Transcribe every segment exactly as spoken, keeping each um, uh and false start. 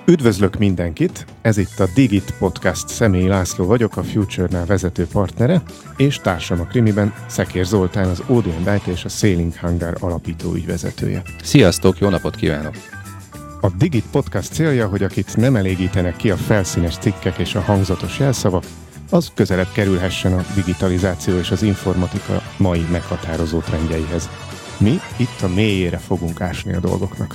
Üdvözlök mindenkit! Ez itt a Digit Podcast. Személyi László vagyok, a Future-nál vezető partnere, és társam a krimiben Szekér Zoltán, az o dé and i té és a Sailing Hangar alapító ügyvezetője. Sziasztok, jó napot kívánok! A Digit Podcast célja, hogy akit nem elégítenek ki a felszínes cikkek és a hangzatos jelszavak, az közelebb kerülhessen a digitalizáció és az informatika mai meghatározó trendjeihez. Mi itt a mélyére fogunk ásni a dolgoknak.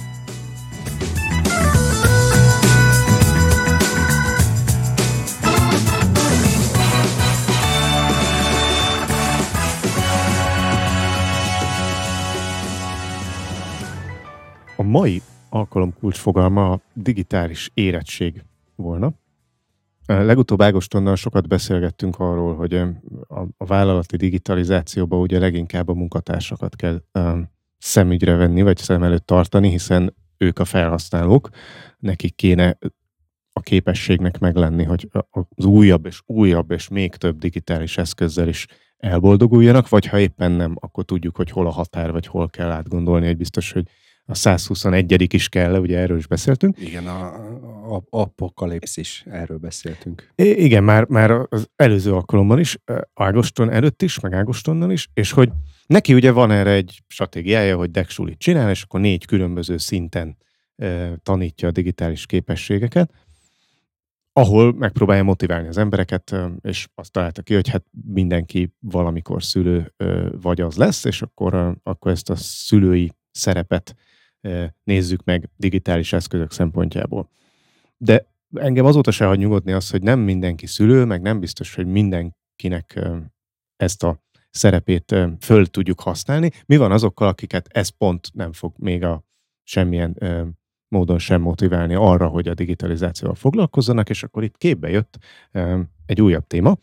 A mai alkalom kulcsfogalma a digitális érettség volna. Legutóbb Ágostonnal sokat beszélgettünk arról, hogy a, a vállalati digitalizációban ugye leginkább a munkatársakat kell um, szemügyre venni, vagy szem előtt tartani, hiszen ők a felhasználók, nekik kéne a képességnek meglenni, hogy az újabb és újabb és még több digitális eszközzel is elboldoguljanak, vagy ha éppen nem, akkor tudjuk, hogy hol a határ, vagy hol kell átgondolni, hogy biztos, hogy a száz huszonegyedik is kell, ugye erről is beszéltünk. Igen, a, a apokalipszis, erről beszéltünk. I- igen, már, már az előző alkalommal is, Ágoston előtt is, meg Ágostonnal is, és hogy neki ugye van erre egy stratégiája, hogy Dexulit csinál, és akkor négy különböző szinten e, tanítja a digitális képességeket, ahol megpróbálja motiválni az embereket, és azt találta ki, hogy hát mindenki valamikor szülő vagy az lesz, és akkor, akkor ezt a szülői szerepet nézzük meg digitális eszközök szempontjából. De engem azóta se hagy nyugodni az, hogy nem mindenki szülő, meg nem biztos, hogy mindenkinek ezt a szerepét föl tudjuk használni. Mi van azokkal, akiket ez pont nem fog még a semmilyen módon sem motiválni arra, hogy a digitalizációval foglalkozzanak, és akkor itt képbe jött egy újabb téma.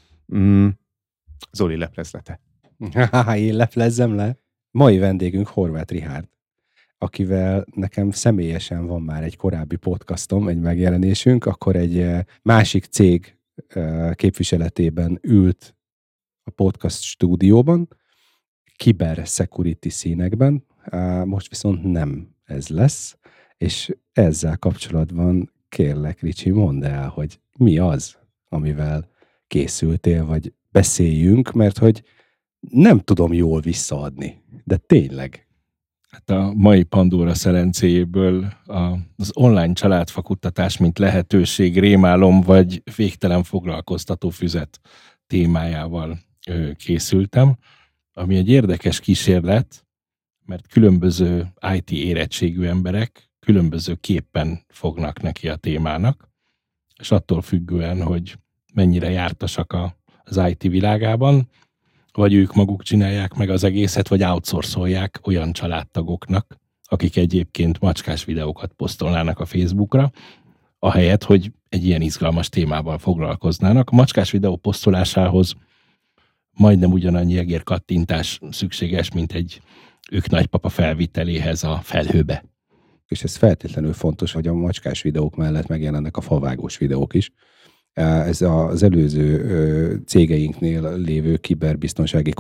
Zoli, leplezz le te. Én leplezzem le. Mai vendégünk Horváth Richárd, akivel nekem személyesen van már egy korábbi podcastom, egy megjelenésünk, akkor egy másik cég képviseletében ült a podcast stúdióban, kiber security színekben, most viszont nem ez lesz, és ezzel kapcsolatban kérlek, Ricsi, mondd el, hogy mi az, amivel készültél, vagy beszéljünk, mert hogy nem tudom jól visszaadni, de tényleg. Hát a mai Pandora szelencéjéből az online családfakutatás, mint lehetőség, rémálom, vagy végtelen foglalkoztató füzet témájával készültem, ami egy érdekes kísérlet, mert különböző i té érettségű emberek különbözőképpen fognak neki a témának, és attól függően, hogy mennyire jártasak az i té világában, vagy ők maguk csinálják meg az egészet, vagy outsourcolják olyan családtagoknak, akik egyébként macskás videókat posztolnának a Facebookra, ahelyett, hogy egy ilyen izgalmas témával foglalkoznának. A macskás videó posztolásához majdnem ugyanannyi egérkattintás szükséges, mint egy ők nagypapa felviteléhez a felhőbe. És ez feltétlenül fontos, hogy a macskás videók mellett megjelennek a favágós videók is. Ez az előző cégeinknél lévő kiberbiztonsági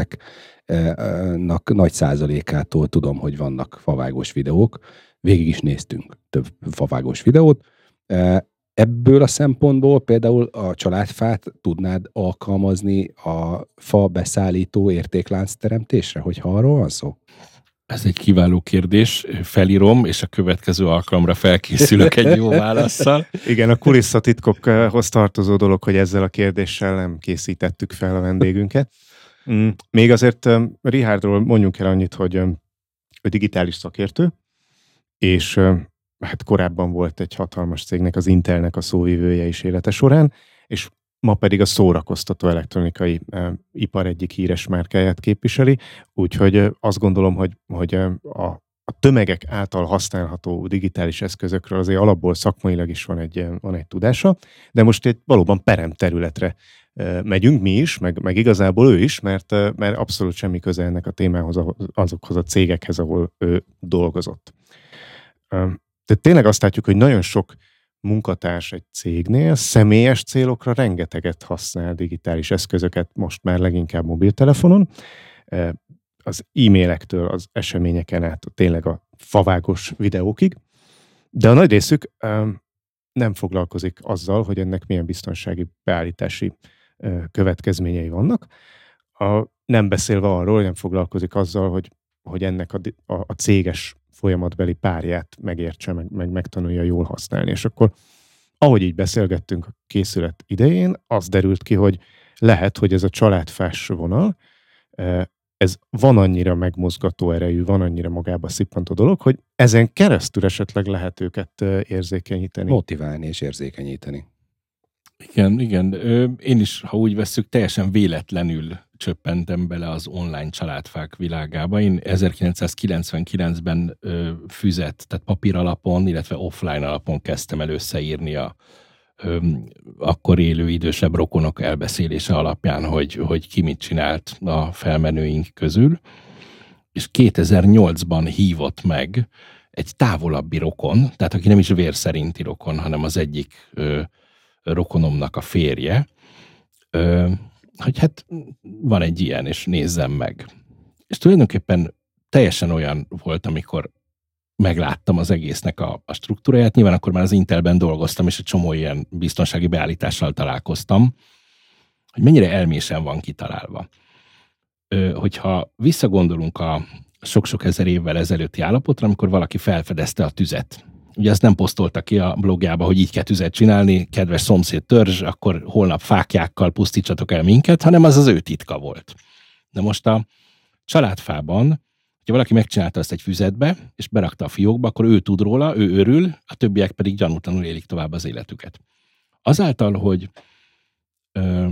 kollégáknak nagy százalékától tudom, hogy vannak favágós videók. Végig is néztünk több favágós videót. Ebből a szempontból például a családfát tudnád alkalmazni a fa beszállító értéklánc teremtésre, hogyha arról van szó? Ez egy kiváló kérdés, felírom, és a következő alkalomra felkészülök egy jó válasszal. Igen, a kulisszatitkokhoz tartozó dolog, hogy ezzel a kérdéssel nem készítettük fel a vendégünket. Még azért Richárdról mondjunk el annyit, hogy, hogy digitális szakértő, és hát korábban volt egy hatalmas cégnek, az Intelnek a szóvivője is élete során, és ma pedig a szórakoztató elektronikai uh, ipar egyik híres márkáját képviseli, úgyhogy uh, azt gondolom, hogy, hogy uh, a, a tömegek által használható digitális eszközökről azért alapból szakmailag is van egy, uh, van egy tudása, de most egy valóban peremterületre uh, megyünk mi is, meg, meg igazából ő is, mert, uh, mert abszolút semmi köze ennek a témához, azokhoz a cégekhez, ahol ő dolgozott. Uh, de tényleg azt látjuk, hogy nagyon sok munkatárs egy cégnél személyes célokra rengeteget használ digitális eszközöket, most már leginkább mobiltelefonon. Az e-mailektől az eseményeken át tényleg a favágos videókig. De a nagy részük nem foglalkozik azzal, hogy ennek milyen biztonsági beállítási következményei vannak. A, nem beszélve arról, hogy nem foglalkozik azzal, hogy, hogy ennek a, a, a céges folyamatbeli párját megértse, meg, meg megtanulja jól használni. És akkor, ahogy így beszélgettünk a készület idején, az derült ki, hogy lehet, hogy ez a családfás vonal, ez van annyira megmozgató erejű, van annyira magába szippantó dolog, hogy ezen keresztül esetleg lehet őket érzékenyíteni. Motiválni és érzékenyíteni. Igen, igen. Én is, ha úgy vesszük, teljesen véletlenül csöppentem bele az online családfák világába. Én ezerkilencszázkilencvenkilencben füzet, tehát papír alapon, illetve offline alapon kezdtem el összeírni a akkor élő idősebb rokonok elbeszélése alapján, hogy, hogy ki mit csinált a felmenőink közül. És kétezer-nyolcban hívott meg egy távolabbi rokon, tehát aki nem is vér szerinti rokon, hanem az egyik ö, rokonomnak a férje, ö, hogy hát van egy ilyen, és nézzem meg. És tulajdonképpen teljesen olyan volt, amikor megláttam az egésznek a, a struktúráját. Nyilván akkor már az Intelben dolgoztam, és egy csomó ilyen biztonsági beállítással találkoztam, hogy mennyire elmésen van kitalálva. Ö, hogyha visszagondolunk a sok-sok ezer évvel ezelőtti állapotra, amikor valaki felfedezte a tüzet. Ugye ezt nem posztolta ki a blogjába, hogy így kell tüzet csinálni, kedves szomszéd törzs, akkor holnap fáklyákkal pusztítsatok el minket, hanem az az ő titka volt. De most a családfában, ha valaki megcsinálta ezt egy füzetbe, és berakta a fiókba, akkor ő tud róla, ő örül, a többiek pedig gyanútlanul élik tovább az életüket. Azáltal, hogy ö,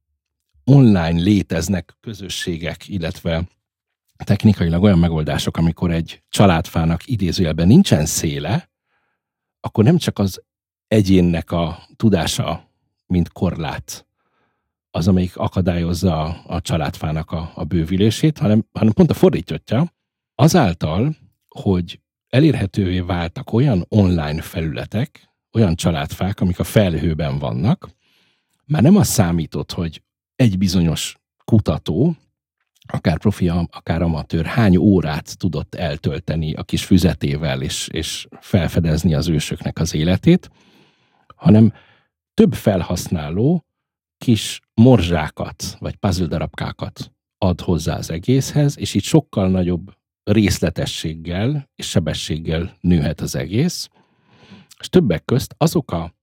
online léteznek közösségek, illetve technikailag olyan megoldások, amikor egy családfának idézőjelben nincsen széle, akkor nem csak az egyénnek a tudása, mint korlát, az, amelyik akadályozza a, a családfának a, a bővülését, hanem, hanem pont a fordítja, azáltal, hogy elérhetővé váltak olyan online felületek, olyan családfák, amik a felhőben vannak, már nem az számított, hogy egy bizonyos kutató, akár profi, akár amatőr, hány órát tudott eltölteni a kis füzetével, és, és felfedezni az ősöknek az életét, hanem több felhasználó kis morzsákat, vagy puzzle darabkákat ad hozzá az egészhez, és így sokkal nagyobb részletességgel és sebességgel nőhet az egész, és többek közt azok a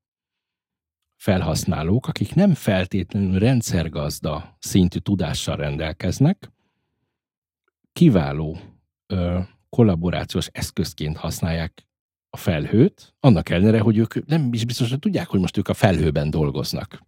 felhasználók, akik nem feltétlenül rendszergazda szintű tudással rendelkeznek, kiváló ö, kollaborációs eszközként használják a felhőt, annak ellenére, hogy ők nem is biztosan tudják, hogy most ők a felhőben dolgoznak.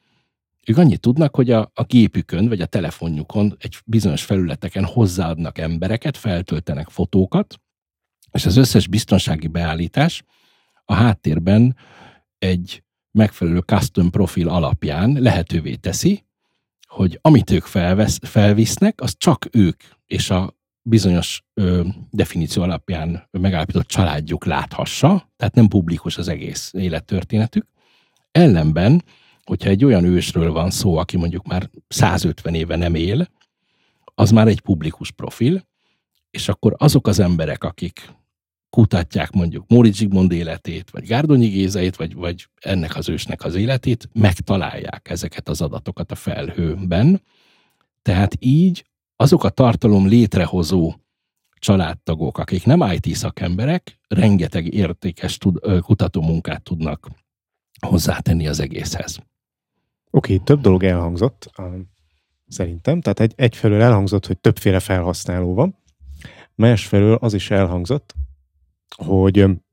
Ők annyit tudnak, hogy a, a gépükön vagy a telefonjukon egy bizonyos felületeken hozzáadnak embereket, feltöltenek fotókat, és az összes biztonsági beállítás a háttérben egy megfelelő custom profil alapján lehetővé teszi, hogy amit ők felvesz, felvisznek, az csak ők és a bizonyos ö, definíció alapján megállapított családjuk láthassa, tehát nem publikus az egész élettörténetük. Ellenben, hogyha egy olyan ősről van szó, aki mondjuk már százötven éve nem él, az már egy publikus profil, és akkor azok az emberek, akik kutatják mondjuk Móricz Zsigmond életét, vagy Gárdonyi Gézait, vagy, vagy ennek az ősnek az életét, megtalálják ezeket az adatokat a felhőben. Tehát így azok a tartalom létrehozó családtagok, akik nem i té szakemberek, rengeteg értékes tud, kutatómunkát tudnak hozzátenni az egészhez. Oké, okay, több dolog elhangzott, um, szerintem. Tehát egy, egyfelől elhangzott, hogy többféle felhasználó van, másfelől az is elhangzott, hogy um,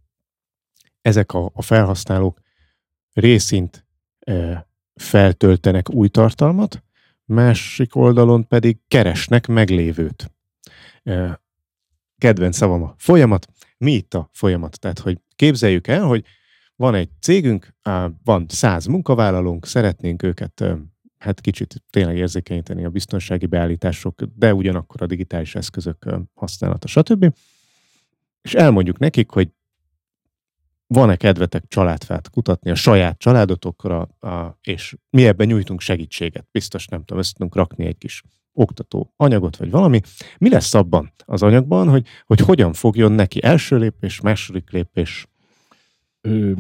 ezek a, a felhasználók részint e, feltöltenek új tartalmat, másik oldalon pedig keresnek meglévőt. E, kedvenc szavam a folyamat. Mi itt a folyamat? Tehát, hogy képzeljük el, hogy van egy cégünk, van száz munkavállalónk, szeretnénk őket hát kicsit tényleg érzékenyíteni a biztonsági beállítások, de ugyanakkor a digitális eszközök használata, stb. És elmondjuk nekik, hogy van-e kedvetek családfát kutatni a saját családotokra, és mi ebben nyújtunk segítséget. Biztos nem tudom, össze tudunk rakni egy kis oktató anyagot, vagy valami. Mi lesz abban az anyagban, hogy, hogy hogyan fogjon neki első lépés, második lépés, Ö,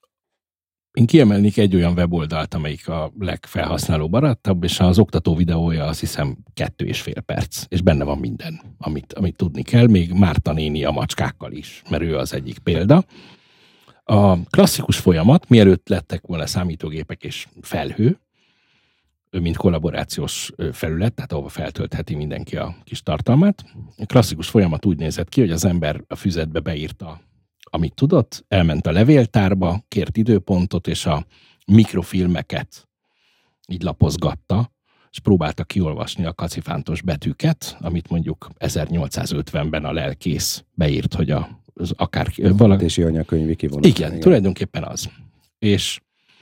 én kiemelnék egy olyan weboldalt, amelyik a legfelhasználó barátabb, és az oktató videója azt hiszem kettő és fél perc, és benne van minden, amit, amit tudni kell, még Márta néni a macskákkal is, mert ő az egyik példa. A klasszikus folyamat, mielőtt lettek volna számítógépek és felhő, mint kollaborációs felület, tehát ahova feltöltheti mindenki a kis tartalmát. A klasszikus folyamat úgy nézett ki, hogy az ember a füzetbe beírta, amit tudott, elment a levéltárba, kért időpontot, és a mikrofilmeket így lapozgatta, és próbálta kiolvasni a kacifántos betűket, amit mondjuk ezernyolcszázötvenben a lelkész beírt, hogy a, az akár... Valaki anyakönyvi kivonat. Igen, igen, tulajdonképpen az. És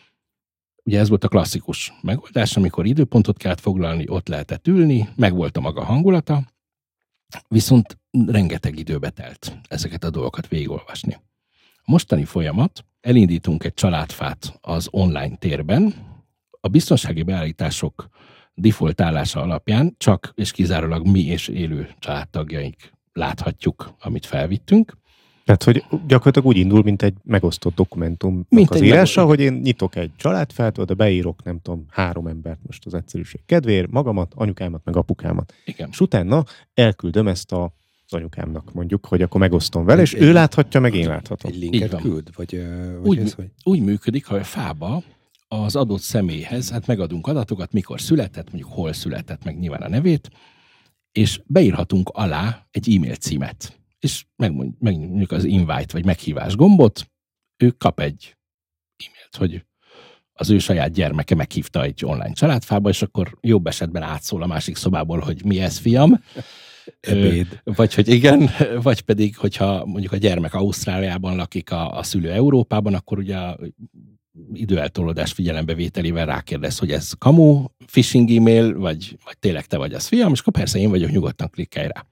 ugye ez volt a klasszikus megoldás, amikor időpontot kellett foglalni, ott lehetett ülni, megvolt a maga hangulata, viszont rengeteg időbe telt ezeket a dolgokat végigolvasni. A mostani folyamat, elindítunk egy családfát az online térben, a biztonsági beállítások default állása alapján csak és kizárólag mi és élő családtagjaink láthatjuk, amit felvittünk. Tehát, hogy gyakorlatilag úgy indul, mint egy megosztott dokumentum az írása, meg... hogy én nyitok egy családfát, oda beírok, nem tudom, három embert most az egyszerűség kedvéért, magamat, anyukámat, meg apukámat. Igen. És utána elküldöm ezt a, az anyukámnak mondjuk, hogy akkor megosztom vele, és egy, ő láthatja, meg én láthatom. Egy linket küld? Vagy, vagy úgy, ez, hogy... úgy működik, hogy a fába az adott személyhez, hát megadunk adatokat, mikor született, mondjuk hol született, meg nyilván a nevét, és beírhatunk alá egy e-mail címet. És megmondjuk az invite, vagy meghívás gombot, ő kap egy e-mailt, hogy az ő saját gyermeke meghívta egy online családfába, és akkor jobb esetben átszól a másik szobából, hogy mi ez, fiam. Ebéd. Vagy hogy igen, vagy pedig, hogyha mondjuk a gyermek Ausztráliában lakik, a, a szülő Európában, akkor ugye a időeltolódás figyelembevételével rákérdez, hogy ez kamu, phishing e-mail, vagy, vagy tényleg te vagy az, fiam, és akkor persze én vagyok, nyugodtan klikkelj rá.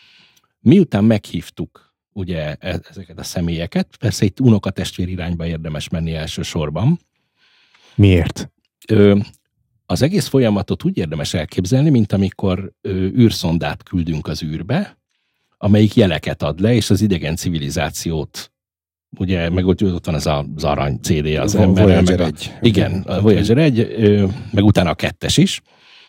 Miután meghívtuk ugye ezeket a személyeket, persze itt unokatestvér irányba érdemes menni elsősorban. Miért? Ö, az egész folyamatot úgy érdemes elképzelni, mint amikor ö, űrszondát küldünk az űrbe, amelyik jeleket ad le, és az idegen civilizációt, ugye, meg ott, ott van ez az arany cé dé az ember. Voyager egy. Igen, a Voyager egy, ö, meg utána a kettes is.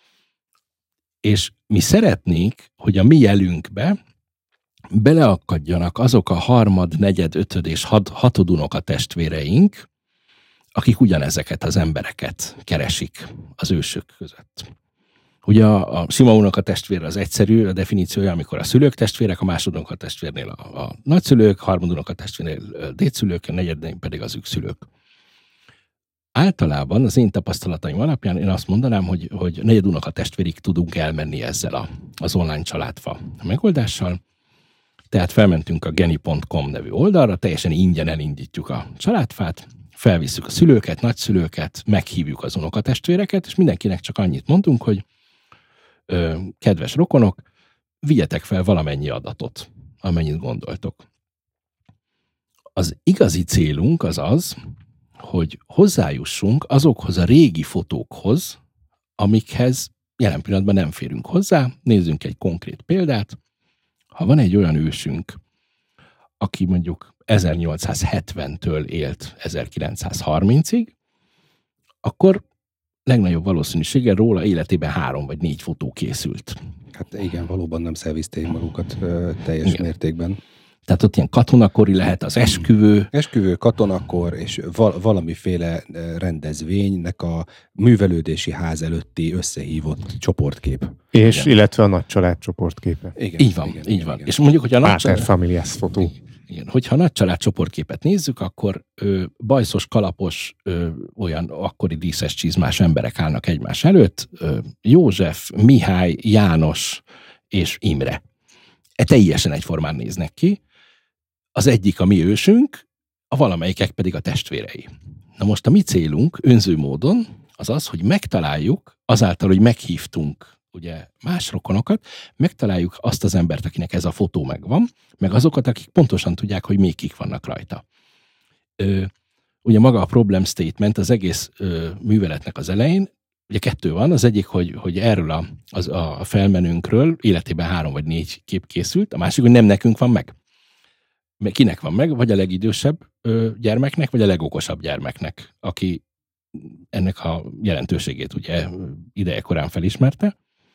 És mi szeretnénk, hogy a mi jelünkbe beleakadjanak azok a harmad, negyed, ötöd és hat, hatod unoka testvéreink, akik ugyanezeket az embereket keresik az ősök között. Ugye a, a sima unoka testvér az egyszerű, a definíciója, amikor a szülők testvérek, a másodunoka testvérnél a, a nagyszülők, harmadunoka testvérnél dédszülők, a negyednél pedig az ükszülők. Általában az én tapasztalataim alapján én azt mondanám, hogy, hogy negyedunoka testvérig tudunk elmenni ezzel a, az online családfa megoldással. Tehát felmentünk a geni pont com nevű oldalra, teljesen ingyen elindítjuk a családfát, felvisszük a szülőket, nagyszülőket, meghívjuk az unokatestvéreket, és mindenkinek csak annyit mondunk, hogy ö, kedves rokonok, vigyetek fel valamennyi adatot, amennyit gondoltok. Az igazi célunk az az, hogy hozzájussunk azokhoz a régi fotókhoz, amikhez jelen pillanatban nem férünk hozzá. Nézzünk egy konkrét példát. Ha van egy olyan ősünk, aki mondjuk ezernyolcszázhetventől élt ezerkilencszázharmincig, akkor legnagyobb valószínűséggel róla életében három vagy négy fotó készült. Hát igen, valóban nem szervizték magukat ö, teljes igen. mértékben. Tehát ott ilyen katonakori lehet az esküvő. Esküvő, katonakor és val- valamiféle rendezvénynek a művelődési ház előtti összehívott csoportkép. És igen. illetve a nagy család csoportképe. Igen, így van, igen, így van. Igen. És mondjuk, hogy a nagy család... familias fotó. Igen, hogyha a nagy család csoportképet nézzük, akkor ö, bajszos, kalapos, ö, olyan akkori díszes csizmás emberek állnak egymás előtt. Ö, József, Mihály, János és Imre. E teljesen egyformán néznek ki. Az egyik a mi ősünk, a valamelyikek pedig a testvérei. Na most a mi célunk önző módon az az, hogy megtaláljuk, azáltal, hogy meghívtunk ugye más rokonokat, megtaláljuk azt az embert, akinek ez a fotó megvan, meg azokat, akik pontosan tudják, hogy még kik vannak rajta. Ö, ugye maga a problem statement az egész ö, műveletnek az elején, ugye kettő van, az egyik, hogy, hogy erről a, az, a felmenőnkről életében három vagy négy kép készült, a másik, hogy nem nekünk van meg. kinek van meg, vagy a legidősebb ö, gyermeknek, vagy a legokosabb gyermeknek, aki ennek a jelentőségét ugye idejekorán felismerte.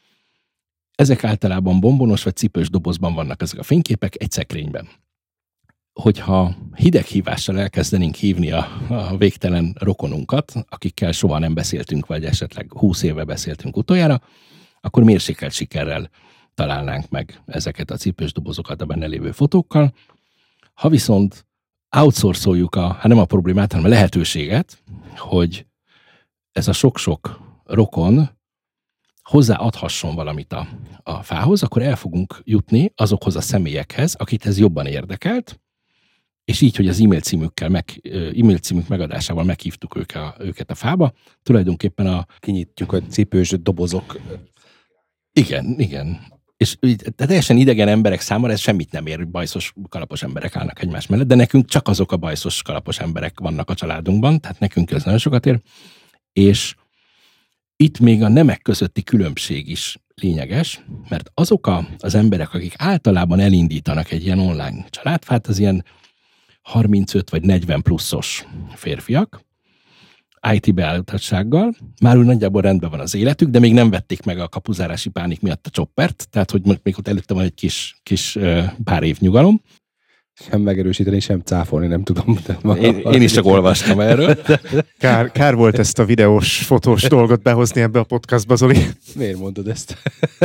Ezek általában bombonos vagy cipős dobozban vannak ezek a fényképek egy szekrényben. Hogyha hideghívással elkezdenénk hívni a, a végtelen rokonunkat, akikkel soha nem beszéltünk, vagy esetleg húsz éve beszéltünk utoljára, akkor mérsékelt sikerrel találnánk meg ezeket a cipős dobozokat a benne lévő fotókkal. Ha viszont outsourcoljuk a, hát nem a problémát, hanem a lehetőséget, hogy ez a sok-sok rokon hozzáadhasson valamit a, a fához, akkor el fogunk jutni azokhoz a személyekhez, akit ez jobban érdekelt, és így, hogy az e-mail címükkel, meg, e-mail címük megadásával meghívtuk ők a, őket a fába, tulajdonképpen a... Kinyitjuk a cipős dobozok. Igen, igen. És teljesen idegen emberek számára ez semmit nem ér, hogy bajszos, kalapos emberek állnak egymás mellett, de nekünk csak azok a bajszos, kalapos emberek vannak a családunkban, tehát nekünk ez nagyon sokat ér, és itt még a nemek közötti különbség is lényeges, mert azok a, az emberek, akik általában elindítanak egy ilyen online családfát, az ilyen harmincöt vagy negyven pluszos férfiak, i té beállítottsággal, már úgy nagyjából rendben van az életük, de még nem vették meg a kapuzárási pánik miatt a choppert, tehát hogy még ott előtte van egy kis, kis pár év nyugalom. Sem megerősíteni, sem cáfolni, nem tudom. Én, én is csak olvastam erről. Kár, kár volt ezt a videós, fotós dolgot behozni ebbe a podcastba, Zoli. Miért mondod ezt?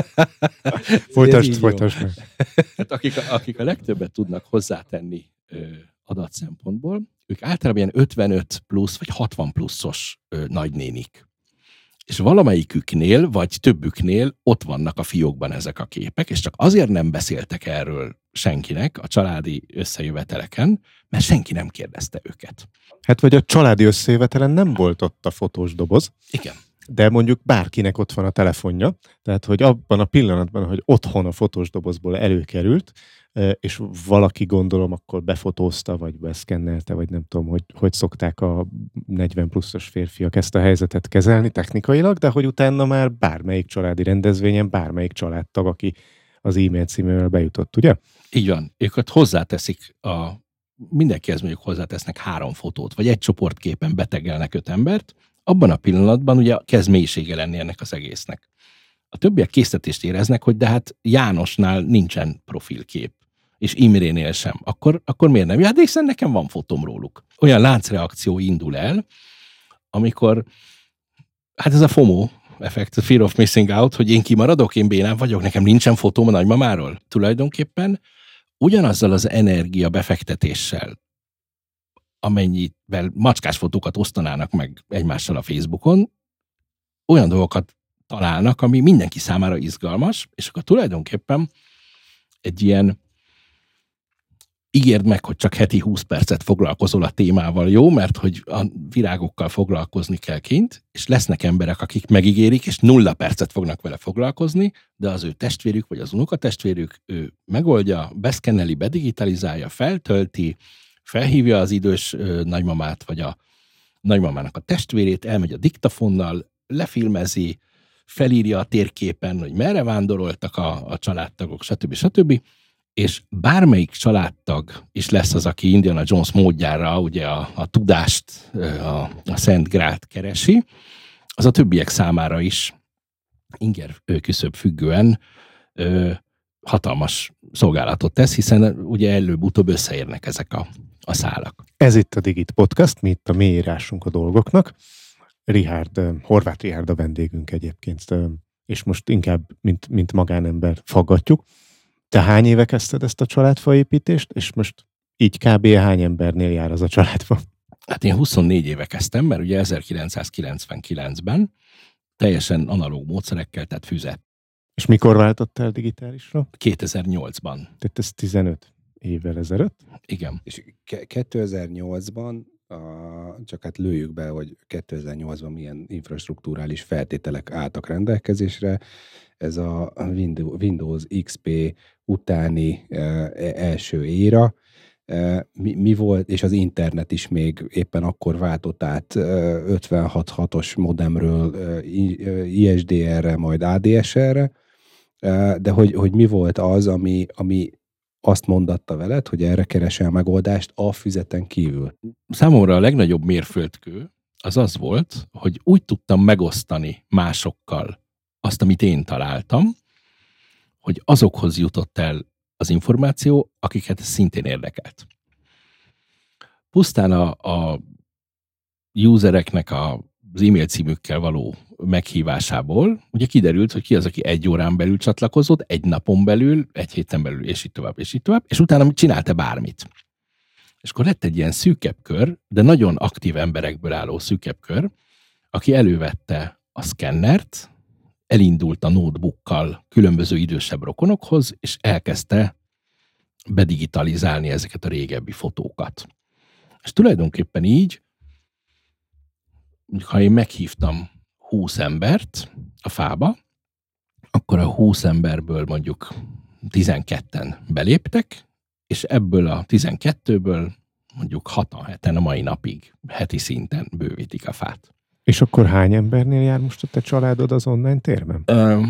Folytasd, folytasd meg. Hát akik, a, akik a legtöbbet tudnak hozzátenni ö, adat szempontból, ők általában ilyen ötvenöt plusz vagy hatvan pluszos ö, nagynénik. És valamelyiküknél, vagy többüknél ott vannak a fiókban ezek a képek, és csak azért nem beszéltek erről senkinek a családi összejöveteleken, mert senki nem kérdezte őket. Hát vagy a családi összejövetelen nem volt ott a fotós doboz. Igen. De mondjuk bárkinek ott van a telefonja, tehát hogy abban a pillanatban, hogy otthon a fotós dobozból előkerült, és valaki gondolom akkor befotózta, vagy beszkennelte, vagy nem tudom, hogy, hogy szokták a negyven pluszos férfiak ezt a helyzetet kezelni technikailag, de hogy utána már bármelyik családi rendezvényen, bármelyik családtag, aki az e-mail címével bejutott, ugye? Így van. Őket hozzáteszik, a, mindenkihez mondjuk hozzátesznek három fotót, vagy egy csoportképen betegelnek öt embert, abban a pillanatban ugye kezd mélysége lenni ennek az egésznek. A többiek késztetést éreznek, hogy de hát Jánosnál nincsen profilkép, és Imrénél sem. Akkor, akkor miért nem? Ja, de hiszen nekem van fotóm róluk. Olyan láncreakció indul el, amikor, hát ez a FOMO effekt, a fear of missing out, hogy én kimaradok, én bénám vagyok, nekem nincsen fotóm a nagymamáról. Tulajdonképpen ugyanazzal az energia befektetéssel, amennyivel macskás fotókat osztanának meg egymással a Facebookon, olyan dolgokat találnak, ami mindenki számára izgalmas, és akkor tulajdonképpen egy ilyen ígérd meg, hogy csak heti húsz percet foglalkozol a témával, jó? Mert hogy a virágokkal foglalkozni kell kint, és lesznek emberek, akik megígérik, és nulla percet fognak vele foglalkozni, de az ő testvérük, vagy az unokatestvérük, ő megoldja, beszkenneli, bedigitalizálja, feltölti, felhívja az idős ö, nagymamát, vagy a nagymamának a testvérét, elmegy a diktafonnal, lefilmezi, felírja a térképen, hogy merre vándoroltak a, a családtagok, stb. stb. És bármelyik családtag is lesz az, aki Indiana Jones módjára ugye a, a tudást, a, a Szent Grált keresi, az a többiek számára is inger küszöb függően ö, hatalmas szolgálatot tesz, hiszen ugye előbb-utóbb összeérnek ezek a, a szálak. Ez itt a Digit Podcast, mi itt a mélyírásunk a dolgoknak. Richard, Horváth Richard a vendégünk egyébként, és most inkább, mint, mint magánember faggatjuk. Te hány éve kezdted ezt a családfaépítést, és most így kb. Hány embernél jár az a családfa? Hát én huszonnégy éve kezdtem, mert ugye ezerkilencszázkilencvenkilencben teljesen analóg módszerekkel, tehát füzet. És mikor váltottál digitálisra? kétezer-nyolcban. Tehát ez tizenöt évvel ezelőtt? Igen. És kétezer-nyolcban, a, csak hát lőjük be, hogy kétezer-nyolcban milyen infrastruktúrális feltételek álltak rendelkezésre. Ez a Windows iksz pé utáni e, első éra, e, mi, mi volt, és az internet is még éppen akkor váltott át e, ötvenhat hatos modemről e, i es dé er-re, majd á dé es er-re, e, de hogy, hogy mi volt az, ami, ami azt mondatta veled, hogy erre keresel megoldást a füzeten kívül. Számomra a legnagyobb mérföldkő az az volt, hogy úgy tudtam megosztani másokkal azt, amit én találtam, hogy azokhoz jutott el az információ, akiket szintén érdekelt. Pusztán a, a usereknek a, az e-mail címükkel való meghívásából, ugye kiderült, hogy ki az, aki egy órán belül csatlakozott, egy napon belül, egy héten belül, és így tovább, és így tovább, és utána csinálta bármit. És akkor lett egy ilyen szűkebb kör, de nagyon aktív emberekből álló szűkebb kör, aki elővette a szkennert, elindult a notebookkal különböző idősebb rokonokhoz, és elkezdte bedigitalizálni ezeket a régebbi fotókat. És tulajdonképpen így, ha én meghívtam húsz embert a fába, akkor a húsz emberből mondjuk tizenketten beléptek, és ebből a tizenkettőből mondjuk hatan heten a mai napig heti szinten bővítik a fát. És akkor hány embernél jár most a te családod az online térben?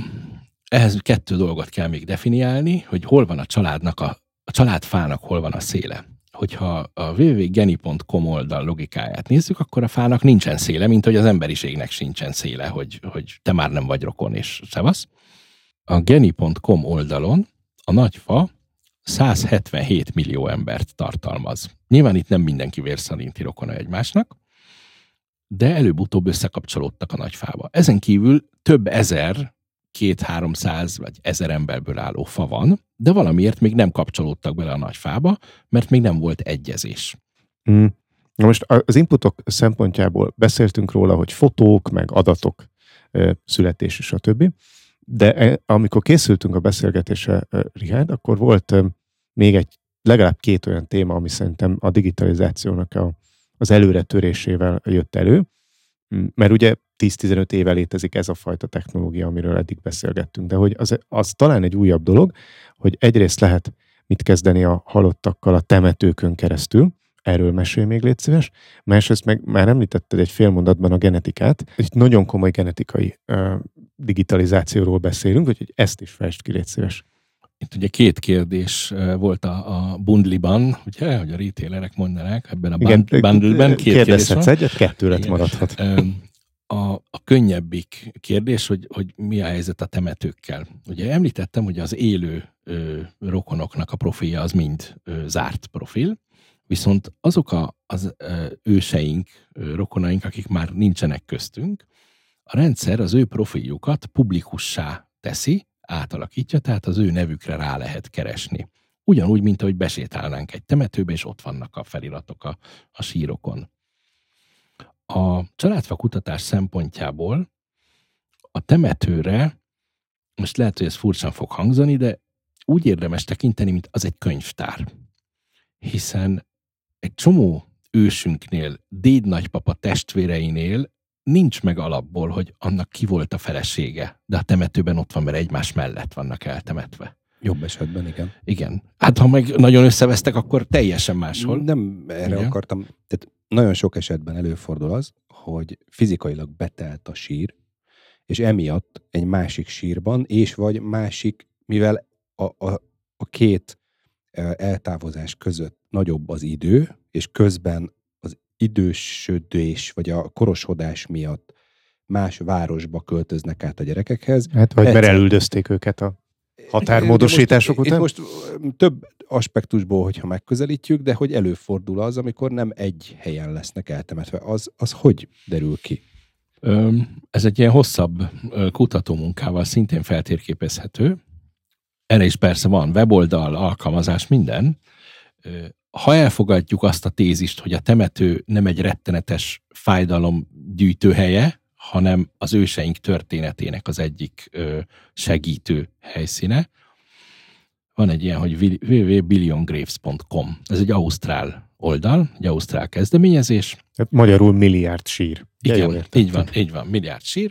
Ehhez kettő dolgot kell még definiálni, hogy hol van a családnak, a, a családfának hol van a széle. Hogyha a double-u double-u double-u pont geni pont com oldal logikáját nézzük, akkor a fának nincsen széle, mint hogy az emberiségnek sincsen széle, hogy, hogy te már nem vagy rokon és szevasz. A geni pont com oldalon a nagyfa száz hetvenhét millió embert tartalmaz. Nyilván itt nem mindenki vérszerinti rokona egymásnak, de előbb-utóbb összekapcsolódtak a nagyfába. Ezen kívül több ezer, két-háromszáz vagy ezer emberből álló fa van, de valamiért még nem kapcsolódtak bele a nagyfába, mert még nem volt egyezés. Mm. Na most az inputok szempontjából beszéltünk róla, hogy fotók, meg adatok, születés és a többi, de amikor készültünk a beszélgetésre, Richard, akkor volt még egy, legalább két olyan téma, ami szerintem a digitalizációnak a, az előretörésével jött elő, mert ugye tíz-tizenöt éve létezik ez a fajta technológia, amiről eddig beszélgettünk, de hogy az, az talán egy újabb dolog, hogy egyrészt lehet mit kezdeni a halottakkal a temetőkön keresztül, erről mesélj még, légy szíves, másrészt meg már említetted egy fél mondatban a genetikát, egy nagyon komoly genetikai uh, digitalizációról beszélünk, úgyhogy ezt is fejtsd ki, légy szíves. Itt ugye két kérdés volt a, a bundliban, ugye, hogy a retailerek mondanák, ebben a bund, bundleben két kérdés van. Egyet, kettőre maradhat. A, a könnyebbik kérdés, hogy, hogy mi a helyzet a temetőkkel. Ugye említettem, hogy az élő ö, rokonoknak a profilja az mind ö, zárt profil, viszont azok a, az ö, őseink, ö, rokonaink, akik már nincsenek köztünk, a rendszer az ő profiljukat publikussá teszi, átalakítja, tehát az ő nevükre rá lehet keresni. Ugyanúgy, mint ahogy besétálnánk egy temetőbe, és ott vannak a feliratok a, a sírokon. A családfa kutatás szempontjából a temetőre, most lehet, hogy ez furcsán fog hangzani, de úgy érdemes tekinteni, mint az egy könyvtár. Hiszen egy csomó ősünknél, dédnagypapa testvéreinél nincs meg alapból, hogy annak ki volt a felesége, de a temetőben ott van, mert egymás mellett vannak eltemetve. Jobb esetben, igen. Igen. Hát ha meg nagyon összevesztek, akkor teljesen máshol. Nem erre igen. akartam. Tehát nagyon sok esetben előfordul az, hogy fizikailag betelt a sír, és emiatt egy másik sírban, és vagy másik, mivel a, a, a két eltávozás között nagyobb az idő, és közben az idősödés, vagy a korosodás miatt más városba költöznek át a gyerekekhez. Hát, vagy mert elüldözték őket a határmódosítások most, után? Most több aspektusból, hogyha megközelítjük, de hogy előfordul az, amikor nem egy helyen lesznek eltemetve. Az, az hogy derül ki? Ez egy ilyen hosszabb kutatómunkával szintén feltérképezhető. Erre is persze van weboldal, alkalmazás, minden. Ha elfogadjuk azt a tézist, hogy a temető nem egy rettenetes fájdalom gyűjtőhelye, hanem az őseink történetének az egyik segítő helyszíne. Van egy ilyen, hogy double-u double-u double-u pont billion graves pont com. Ez egy ausztrál oldal, egy ausztrál kezdeményezés. Tehát magyarul milliárd sír. Igen, így van, így van, milliárd sír.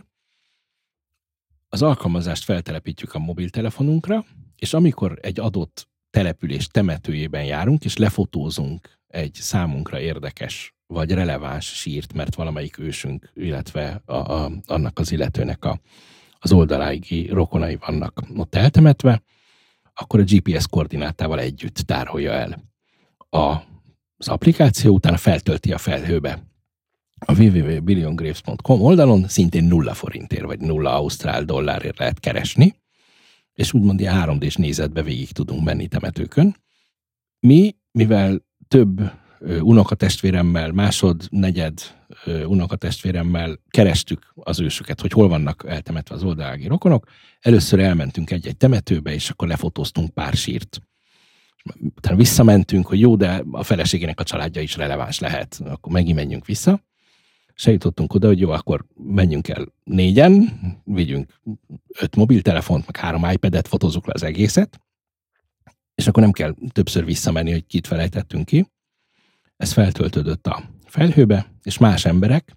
Az alkalmazást feltelepítjük a mobiltelefonunkra, és amikor egy adott település temetőjében járunk, és lefotózunk egy számunkra érdekes vagy releváns sírt, mert valamelyik ősünk, illetve a, a, annak az illetőnek a, az oldaláigi rokonai vannak ott eltemetve, akkor a gé pé es koordinátával együtt tárolja el a, az applikáció, utána feltölti a felhőbe. A double-u double-u double-u pont billion graves pont com oldalon szintén nulla forintért, vagy nulla ausztrál dollárért lehet keresni, és úgymond ilyen három dés nézetbe végig tudunk menni temetőkön. Mi, mivel több ö, unokatestvéremmel, másod, negyed ö, unokatestvéremmel kerestük az ősöket, hogy hol vannak eltemetve az oldalági rokonok, először elmentünk egy-egy temetőbe, és akkor lefotóztunk pár sírt. Utána visszamentünk, hogy jó, de a feleségének a családja is releváns lehet, akkor megint menjünk vissza. És eljutottunk oda, hogy jó, akkor menjünk el négyen, vigyünk öt mobiltelefont, meg három iPadet, fotózzuk le az egészet, és akkor nem kell többször visszamenni, hogy kit felejtettünk ki. Ez feltöltődött a felhőbe, és más emberek,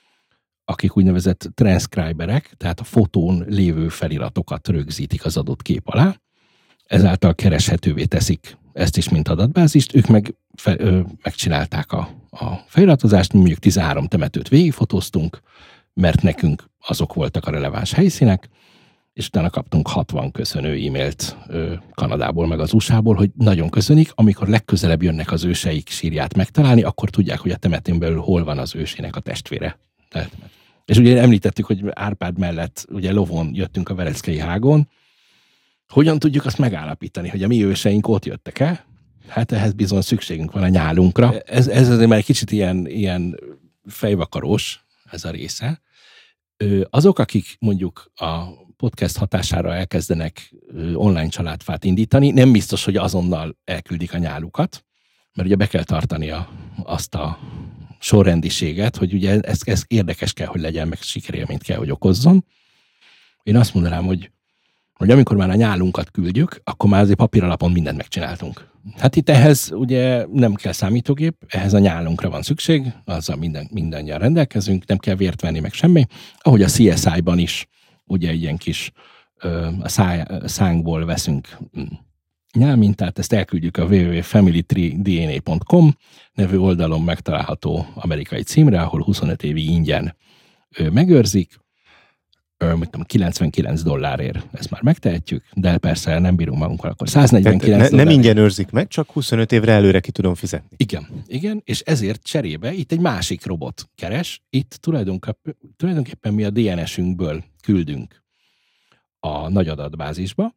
akik úgynevezett transcriberek, tehát a fotón lévő feliratokat rögzítik az adott kép alá, ezáltal kereshetővé teszik ezt is, mint adatbázist, ők meg fe, ö, megcsinálták a, a feliratozást, mi mondjuk tizenhárom temetőt végigfotóztunk, mert nekünk azok voltak a releváns helyszínek, és utána kaptunk hatvan köszönő e-mailt ö, Kanadából, meg az u es á-ból, hogy nagyon köszönik, amikor legközelebb jönnek az őseik sírját megtalálni, akkor tudják, hogy a temetőn belül hol van az ősének a testvére. Tehát, és ugye említettük, hogy Árpád mellett ugye lovon jöttünk a Vereckei hágon. Hogyan tudjuk azt megállapítani, hogy a mi őseink ott jöttek-e? Hát ehhez bizony szükségünk van a nyálunkra. Ez, ez azért már egy kicsit ilyen, ilyen fejvakarós, ez a része. Azok, akik mondjuk a podcast hatására elkezdenek online családfát indítani, nem biztos, hogy azonnal elküldik a nyálukat, mert ugye be kell tartani a, azt a sorrendiséget, hogy ugye ez, ez érdekes kell, hogy legyen, meg sikerélményt kell, hogy okozzon. Én azt mondanám, hogy hogy amikor már a nyálunkat küldjük, akkor már azért papíralapon mindent megcsináltunk. Hát itt ehhez ugye nem kell számítógép, ehhez a nyálunkra van szükség, azzal minden, mindannyian rendelkezünk, nem kell vért venni meg semmi. Ahogy a cé es i-ban is ugye ilyen kis a száj, szánkból veszünk nyálmintát, ezt elküldjük a double-u double-u double-u pont family tree d n a pont com nevű oldalon megtalálható amerikai címre, ahol huszonöt évig ingyen megőrzik, kilencvenkilenc dollárért ezt már megtehetjük, de persze nem bírunk magunkkal, akkor száznegyvenkilenc ne, nem ingyen őrzik meg, csak huszonöt évre előre ki tudom fizetni. Igen, igen, és ezért cserébe itt egy másik robot keres, itt tulajdonképpen, tulajdonképpen mi a dé en es-ünkből küldünk a nagy adatbázisba,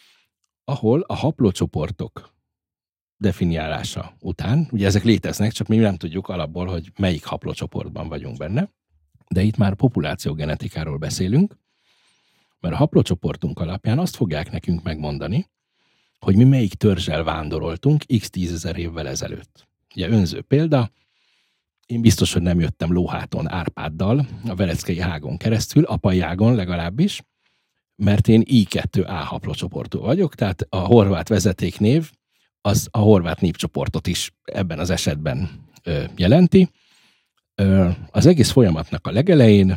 ahol a haplócsoportok definiálása után, ugye ezek léteznek, csak mi nem tudjuk alapból, hogy melyik haplócsoportban vagyunk benne, de itt már populációgenetikáról beszélünk, mert a haplócsoportunk alapján azt fogják nekünk megmondani, hogy mi melyik törzsel vándoroltunk x tízezer évvel ezelőtt. Ugye önző példa, én biztos, hogy nem jöttem lóháton Árpáddal a Vereckei hágon keresztül, apai ágon legalábbis, mert én i kettő á haplócsoportú vagyok, tehát a horvát vezetéknév az a horvát népcsoportot is ebben az esetben ö, jelenti. Az egész folyamatnak a legelején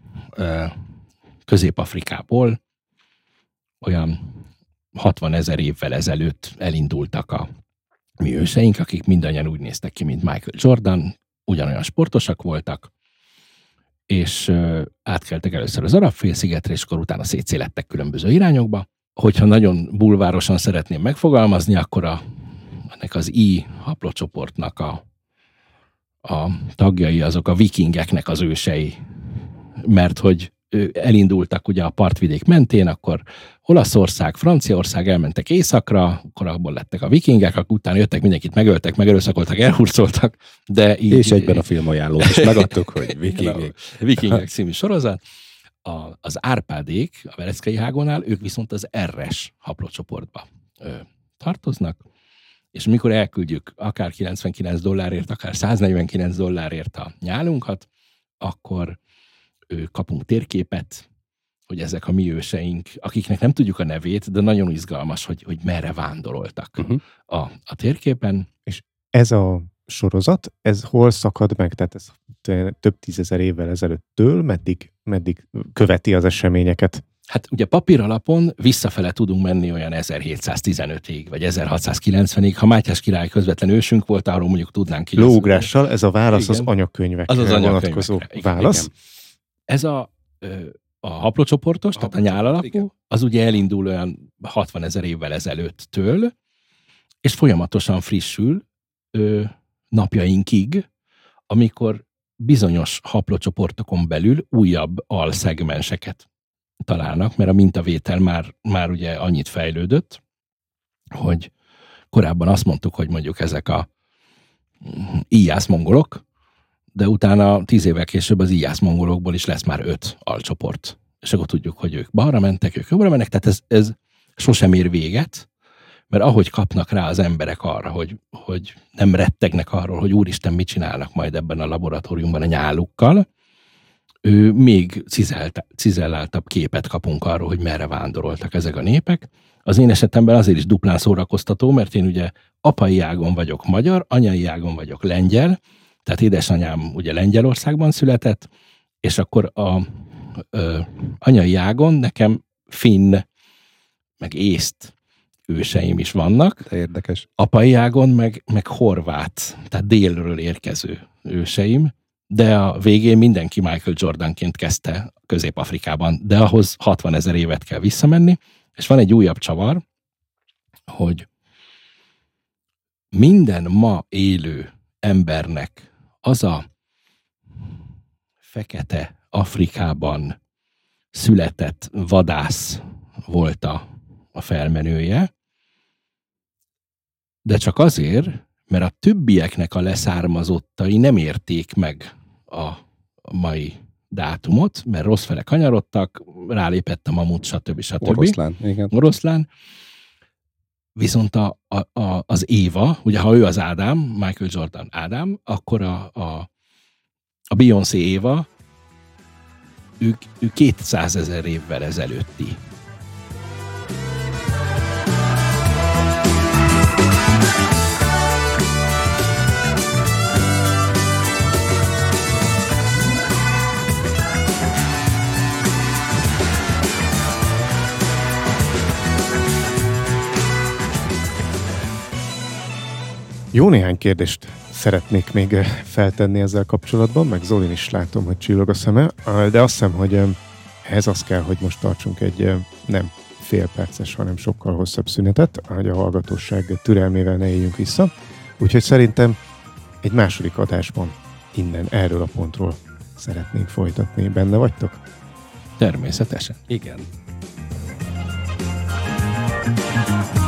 Közép-Afrikából olyan hatvanezer évvel ezelőtt elindultak a mi őseink, akik mindannyian úgy néztek ki, mint Michael Jordan, ugyanolyan sportosak voltak, és átkeltek először az Arab-félszigetre, és akkor utána szétszélettek különböző irányokba. Hogyha nagyon bulvárosan szeretném megfogalmazni, akkor a, ennek az I haplócsoportnak a a tagjai azok a vikingeknek az ősei, mert hogy elindultak ugye a partvidék mentén, akkor Olaszország, Franciaország elmentek északra, akkor abból lettek a vikingek, akkor utána jöttek, mindenkit megöltek, megerőszakoltak, elhurcoltak, de így... És egyben a filmajánlót is megadtuk, hogy vikingek. Vikingek című sorozat. A, az Árpádék, a Vereckei hágonál, ők viszont az erres haplócsoportba ö, tartoznak, és mikor elküldjük akár kilencvenkilenc dollárért, akár száznegyvenkilenc dollárért a nyálunkat, akkor ő, kapunk térképet, hogy ezek a mi őseink, akiknek nem tudjuk a nevét, de nagyon izgalmas, hogy, hogy merre vándoroltak uh-huh. a, a térképen. És ez a sorozat, ez hol szakad meg? Tehát ez több tízezer évvel ezelőttől meddig, meddig követi az eseményeket? Hát ugye papír alapon visszafele tudunk menni olyan ezerhétszáztizenötig, vagy ezerhatszázkilencvenig. Ha Mátyás király közvetlen ősünk volt, arról mondjuk tudnánk ki. Lóugrással, ez a válasz igen. az anyagkönyvekre az az vonatkozó anyagkönyvekre. válasz. Igen. Ez a ö, a haplócsoportos, a tehát a nyál alapú, igen. az ugye elindul olyan hatvanezer évvel ezelőttől, és folyamatosan frissül ö, napjainkig, amikor bizonyos haplócsoportokon belül újabb alszegmenseket találnak, mert a mintavétel már, már ugye annyit fejlődött, hogy korábban azt mondtuk, hogy mondjuk ezek a íjász mongolok, de utána tíz évvel később az íjász mongolokból is lesz már öt alcsoport. És akkor tudjuk, hogy ők balra mentek, ők jobbra mennek, tehát ez, ez sosem ér véget, mert ahogy kapnak rá az emberek arra, hogy, hogy nem rettegnek arról, hogy úristen, mit csinálnak majd ebben a laboratóriumban a nyálukkal, ő még cizelt, cizelláltabb képet kapunk arról, hogy merre vándoroltak ezek a népek. Az én esetemben azért is duplán szórakoztató, mert én ugye apai ágon vagyok magyar, anyai ágon vagyok lengyel, tehát édesanyám ugye Lengyelországban született, és akkor a ö, anyai ágon nekem finn, meg észt őseim is vannak. De érdekes. Apai ágon meg, meg horvát, tehát délről érkező őseim, de a végén mindenki Michael Jordanként kezdte Közép-Afrikában, de ahhoz hatvanezer évet kell visszamenni, és van egy újabb csavar, hogy minden ma élő embernek az a fekete Afrikában született vadász volt a, a felmenője, de csak azért, mert a többieknek a leszármazottai nem érték meg a mai dátumot, mert rossz fele kanyarodtak, rálépett a mamut, stb. stb. Oroszlán, igen. Oroszlán. Viszont a, a, a, az Éva, ugye ha ő az Ádám, Michael Jordan Ádám, akkor a, a, a Beyoncé Éva, ő, ő kétszázezer évvel ezelőtti. Jó néhány kérdést szeretnék még feltenni ezzel kapcsolatban, meg Zolin is látom, hogy csillog a szeme, de azt hiszem, hogy ehhez az kell, hogy most tartsunk egy nem fél perces, hanem sokkal hosszabb szünetet, hogy a hallgatóság türelmével ne éljünk vissza. Úgyhogy szerintem egy második adásban innen, erről a pontról szeretnénk folytatni. Benne vagytok? Természetesen. Igen.